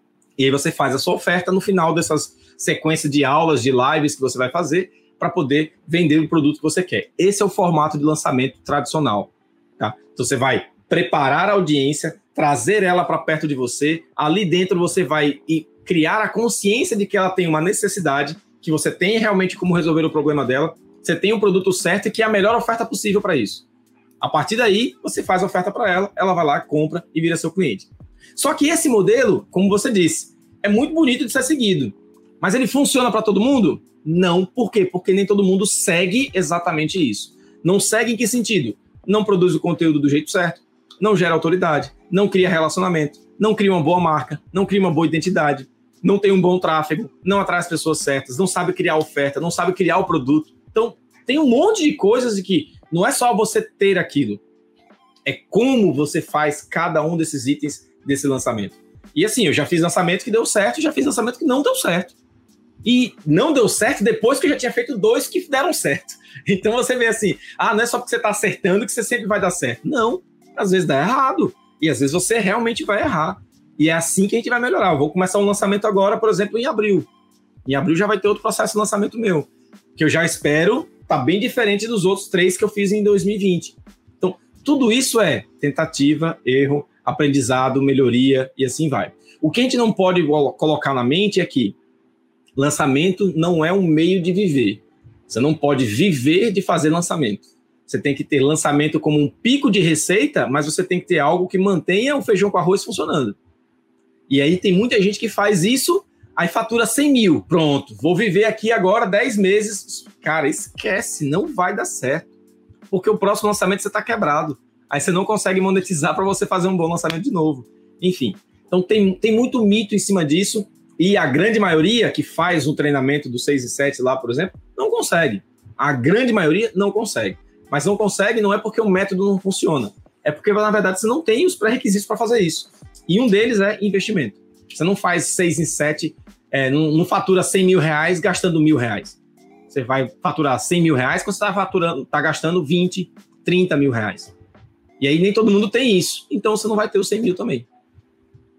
E aí você faz a sua oferta no final dessas sequências de aulas, de lives que você vai fazer para poder vender o produto que você quer. Esse é o formato de lançamento tradicional. Tá? Então você vai preparar a audiência, trazer ela para perto de você, ali dentro você vai criar a consciência de que ela tem uma necessidade, que você tem realmente como resolver o problema dela, você tem um produto certo e que é a melhor oferta possível para isso. A partir daí, você faz a oferta para ela, ela vai lá, compra e vira seu cliente. Só que esse modelo, como você disse, é muito bonito de ser seguido. Mas ele funciona para todo mundo? Não. Por quê? Porque nem todo mundo segue exatamente isso. Não segue em que sentido? Não produz o conteúdo do jeito certo, não gera autoridade, não cria relacionamento, não cria uma boa marca, não cria uma boa identidade, não tem um bom tráfego, não atrai as pessoas certas, não sabe criar oferta, não sabe criar o produto. Então, tem um monte de coisas de que não é só você ter aquilo, é como você faz cada um desses itens desse lançamento. E assim, eu já fiz lançamento que deu certo e já fiz lançamento que não deu certo. E não deu certo depois que eu já tinha feito dois que deram certo. Então você vê assim, ah, não é só porque você está acertando que você sempre vai dar certo. Não, às vezes dá errado. E às vezes você realmente vai errar. E é assim que a gente vai melhorar. Eu vou começar um lançamento agora, por exemplo, em abril. Em abril já vai ter outro processo de lançamento meu, que eu já espero tá bem diferente dos outros três que eu fiz em dois mil e vinte. Então, tudo isso é tentativa, erro, aprendizado, melhoria e assim vai. O que a gente não pode colocar na mente é que lançamento não é um meio de viver. Você não pode viver de fazer lançamento. Você tem que ter lançamento como um pico de receita, mas você tem que ter algo que mantenha o feijão com arroz funcionando. E aí tem muita gente que faz isso, aí fatura cem mil. Pronto, vou viver aqui agora dez meses. Cara, esquece, não vai dar certo. Porque o próximo lançamento você está quebrado. Aí você não consegue monetizar para você fazer um bom lançamento de novo. Enfim, então tem, tem muito mito em cima disso. E a grande maioria que faz um treinamento do seis e sete lá, por exemplo, não consegue. A grande maioria não consegue. Mas não consegue não é porque o método não funciona. É porque, na verdade, você não tem os pré-requisitos para fazer isso. E um deles é investimento. Você não faz seis em sete, é, não, não fatura cem mil reais gastando mil reais. Você vai faturar cem mil reais quando você está faturando, tá gastando vinte, trinta mil reais. E aí nem todo mundo tem isso. Então você não vai ter os cem mil também.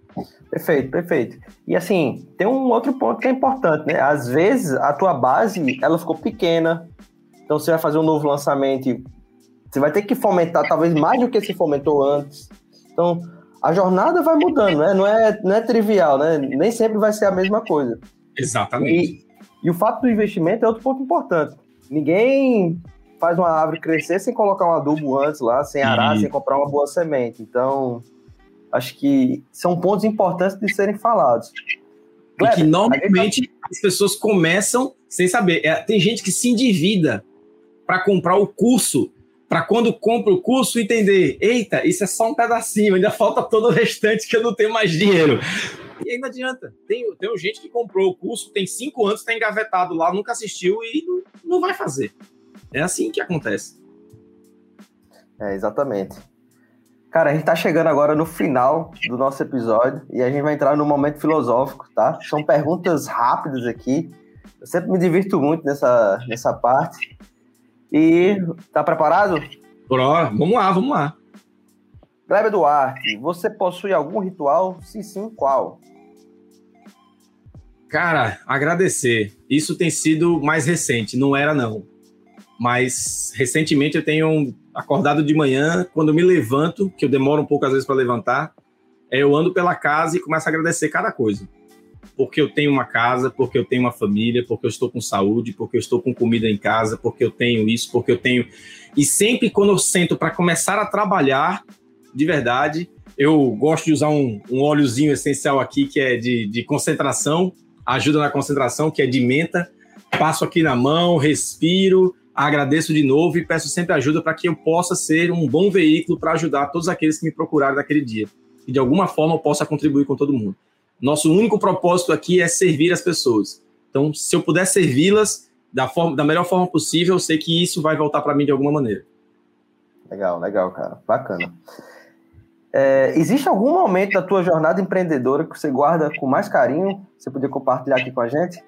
Perfeito, perfeito. E assim, tem um outro ponto que é importante, né? Às vezes a tua base, ela ficou pequena, então você vai fazer um novo lançamento, você vai ter que fomentar talvez mais do que se fomentou antes. Então, a jornada vai mudando, né? Não é, não é trivial, né? Nem sempre vai ser a mesma coisa. Exatamente. E, e o fato do investimento é outro ponto importante. Ninguém faz uma árvore crescer sem colocar um adubo antes lá, sem arar, e... sem comprar uma boa semente. Então, acho que são pontos importantes de serem falados. E que normalmente gente... as pessoas começam sem saber. É, tem gente que se endivida para comprar o curso, para quando compra o curso entender, eita, isso é só um pedacinho, ainda falta todo o restante que eu não tenho mais dinheiro. E aí não adianta. Tem, tem gente que comprou o curso, tem cinco anos, está engavetado lá, nunca assistiu e não, não vai fazer. É assim que acontece. É, exatamente. Cara, a gente tá chegando agora no final do nosso episódio e a gente vai entrar no momento filosófico, tá? São perguntas rápidas aqui. Eu sempre me divirto muito nessa, nessa parte. E tá preparado? Bora, vamos lá, vamos lá. Kleber Duarte, você possui algum ritual? Se sim, qual? Cara, agradecer. Isso tem sido mais recente, não era não. Mas recentemente eu tenho acordado de manhã, quando eu me levanto, que eu demoro um pouco às vezes para levantar, eu ando pela casa e começo a agradecer cada coisa. Porque eu tenho uma casa, porque eu tenho uma família, porque eu estou com saúde, porque eu estou com comida em casa, porque eu tenho isso, porque eu tenho... E sempre quando eu sento para começar a trabalhar, de verdade, eu gosto de usar um, um óleozinho essencial aqui, que é de, de concentração, ajuda na concentração, que é de menta, passo aqui na mão, respiro, agradeço de novo e peço sempre ajuda para que eu possa ser um bom veículo para ajudar todos aqueles que me procuraram naquele dia. E de alguma forma eu possa contribuir com todo mundo. Nosso único propósito aqui é servir as pessoas. Então, se eu puder servi-las da, forma, da melhor forma possível, eu sei que isso vai voltar para mim de alguma maneira. Legal, legal, cara. Bacana. É, existe algum momento da tua jornada empreendedora que você guarda com mais carinho? Você poderia compartilhar aqui com a gente?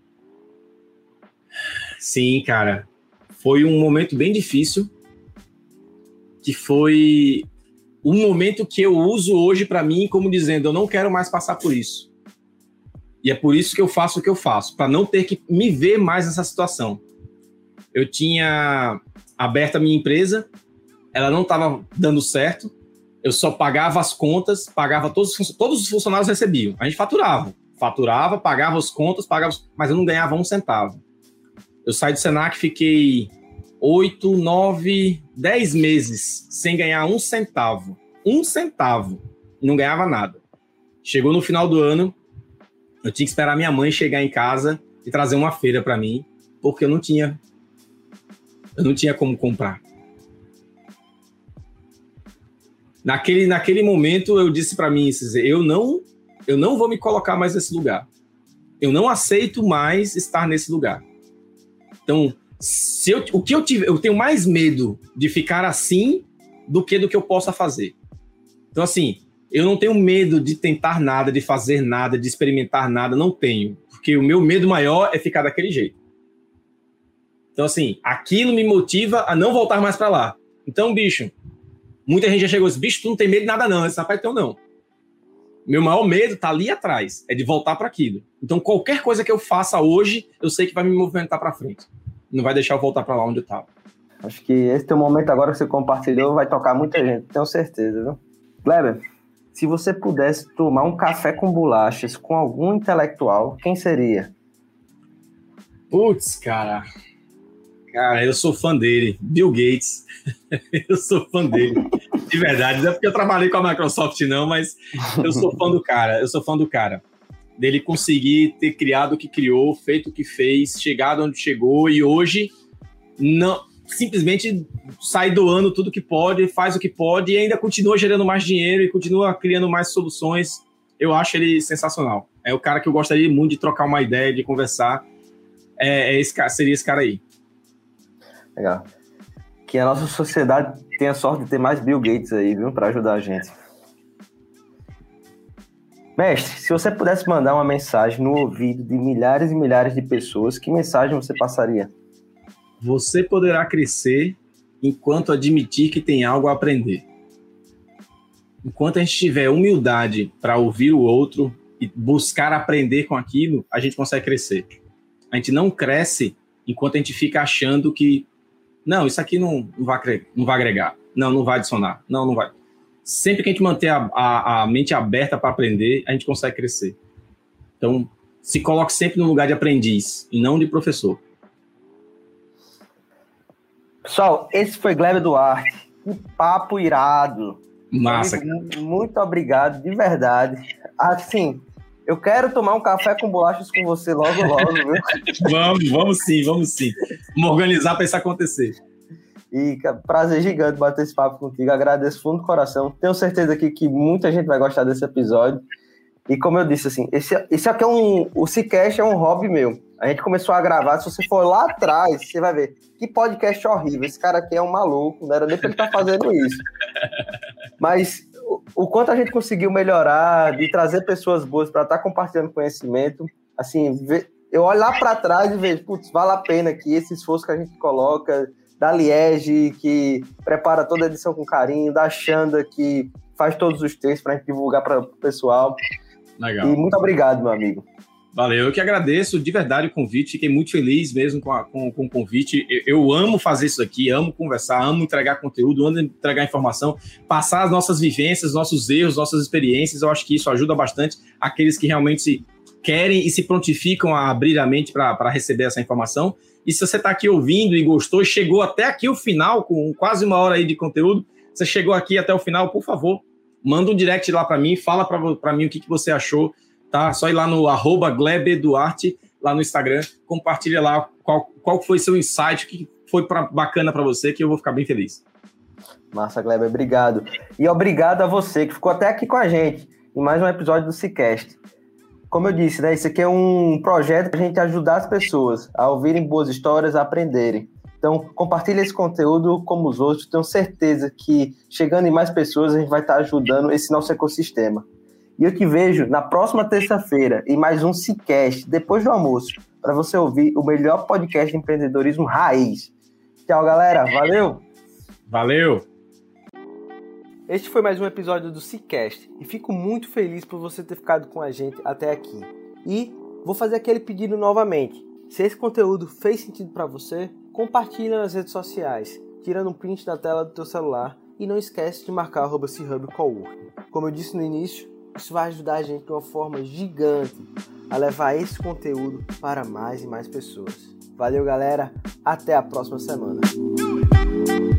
Sim, cara. Foi um momento bem difícil, que foi um momento que eu uso hoje para mim como dizendo, eu não quero mais passar por isso. E é por isso que eu faço o que eu faço, para não ter que me ver mais nessa situação. Eu tinha aberto a minha empresa, ela não estava dando certo, eu só pagava as contas, pagava todos, todos os funcionários recebiam. A gente faturava, faturava, pagava as contas, pagava, mas eu não ganhava um centavo. Eu saí do Senac, fiquei oito, nove, dez meses sem ganhar um centavo. Um centavo. Não ganhava nada. Chegou no final do ano, eu tinha que esperar minha mãe chegar em casa e trazer uma feira para mim, porque eu não tinha, eu não tinha como comprar. Naquele, naquele momento, eu disse para mim, eu não, eu não vou me colocar mais nesse lugar. Eu não aceito mais estar nesse lugar. Então, se eu, o que eu tive, eu tenho mais medo de ficar assim do que do que eu possa fazer. Então, assim, eu não tenho medo de tentar nada, de fazer nada, de experimentar nada, não tenho. Porque o meu medo maior é ficar daquele jeito. Então, assim, aquilo me motiva a não voltar mais para lá. Então, bicho, muita gente já chegou e disse, bicho, tu não tem medo de nada não. Esse rapaz, então não. Meu maior medo tá ali atrás, é de voltar para aquilo. Então, qualquer coisa que eu faça hoje, eu sei que vai me movimentar para frente. Não vai deixar eu voltar para lá onde eu estava. Acho que esse teu momento agora que você compartilhou vai tocar muita gente, tenho certeza, viu? Kleber, se você pudesse tomar um café com bolachas com algum intelectual, quem seria? Putz, cara. Cara, eu sou fã dele. Bill Gates. Eu sou fã dele. De verdade. Não é porque eu trabalhei com a Microsoft, não, mas eu sou fã do cara. Eu sou fã do cara. Dele conseguir ter criado o que criou, feito o que fez, chegado onde chegou e hoje não, simplesmente sai doando tudo que pode, faz o que pode e ainda continua gerando mais dinheiro e continua criando mais soluções. Eu acho ele sensacional. É o cara que eu gostaria muito de trocar uma ideia, de conversar. É, é esse, seria esse cara aí. Legal. Que a nossa sociedade tenha a sorte de ter mais Bill Gates aí, viu? Para ajudar a gente. Mestre, se você pudesse mandar uma mensagem no ouvido de milhares e milhares de pessoas, que mensagem você passaria? Você poderá crescer enquanto admitir que tem algo a aprender. enquanto a gente tiver humildade para ouvir o outro e buscar aprender com aquilo, a gente consegue crescer. A gente não cresce enquanto a gente fica achando que não, isso aqui não, não, vai, não vai agregar, não, não vai adicionar, não, não vai. Sempre que a gente manter a, a, a mente aberta para aprender, a gente consegue crescer. Então, se coloque sempre no lugar de aprendiz e não de professor. Pessoal, esse foi Gleb Duarte. Que papo irado. Massa. Amigo, muito obrigado, de verdade. Assim, eu quero tomar um café com bolachas com você logo, logo, viu? Vamos, vamos sim, vamos sim. Vamos organizar para isso acontecer. E prazer gigante bater esse papo contigo. Agradeço fundo do coração. Tenho certeza aqui que muita gente vai gostar desse episódio. E como eu disse, assim, esse, esse aqui é um... O Cicast é um hobby meu. A gente começou a gravar. Se você for lá atrás, você vai ver. Que podcast horrível. Esse cara aqui é um maluco. Não era nem pra ele estar fazendo isso. Mas o, o quanto a gente conseguiu melhorar, de trazer pessoas boas para estar compartilhando conhecimento. Assim, eu olho lá para trás e vejo, putz, vale a pena que esse esforço que a gente coloca, da Liege, que prepara toda a edição com carinho, da Xanda, que faz todos os textos para a gente divulgar para o pessoal. Legal. E muito obrigado, meu amigo. Valeu, eu que agradeço de verdade o convite, fiquei muito feliz mesmo com, a, com, com o convite. Eu, eu amo fazer isso aqui, amo conversar, amo entregar conteúdo, amo entregar informação, passar as nossas vivências, nossos erros, nossas experiências. Eu acho que isso ajuda bastante aqueles que realmente querem e se prontificam a abrir a mente para receber essa informação. E se você está aqui ouvindo e gostou e chegou até aqui o final, com quase uma hora aí de conteúdo, você chegou aqui até o final, por favor, manda um direct lá para mim, fala para mim o que, que você achou. Tá? Só ir lá no arroba Gleb Duarte, lá no Instagram, compartilha lá qual, qual foi seu insight, o que foi pra, bacana para você, que eu vou ficar bem feliz. Massa, Gleb, obrigado. E obrigado a você que ficou até aqui com a gente em mais um episódio do Cicast. Como eu disse, né, isso aqui é um projeto para a gente ajudar as pessoas a ouvirem boas histórias, a aprenderem. Então, compartilhe esse conteúdo como os outros. Tenho certeza que chegando em mais pessoas, a gente vai estar ajudando esse nosso ecossistema. E eu te vejo na próxima terça-feira em mais um Cicast, depois do almoço, para você ouvir o melhor podcast de empreendedorismo raiz. Tchau, galera. Valeu! Valeu! Este foi mais um episódio do Cicast e fico muito feliz por você ter ficado com a gente até aqui. E vou fazer aquele pedido novamente. Se esse conteúdo fez sentido para você, compartilha nas redes sociais, tirando um print da tela do teu celular e não esquece de marcar arroba C-Hub Coworking. Como eu disse no início, isso vai ajudar a gente de uma forma gigante a levar esse conteúdo para mais e mais pessoas. Valeu, galera. Até a próxima semana.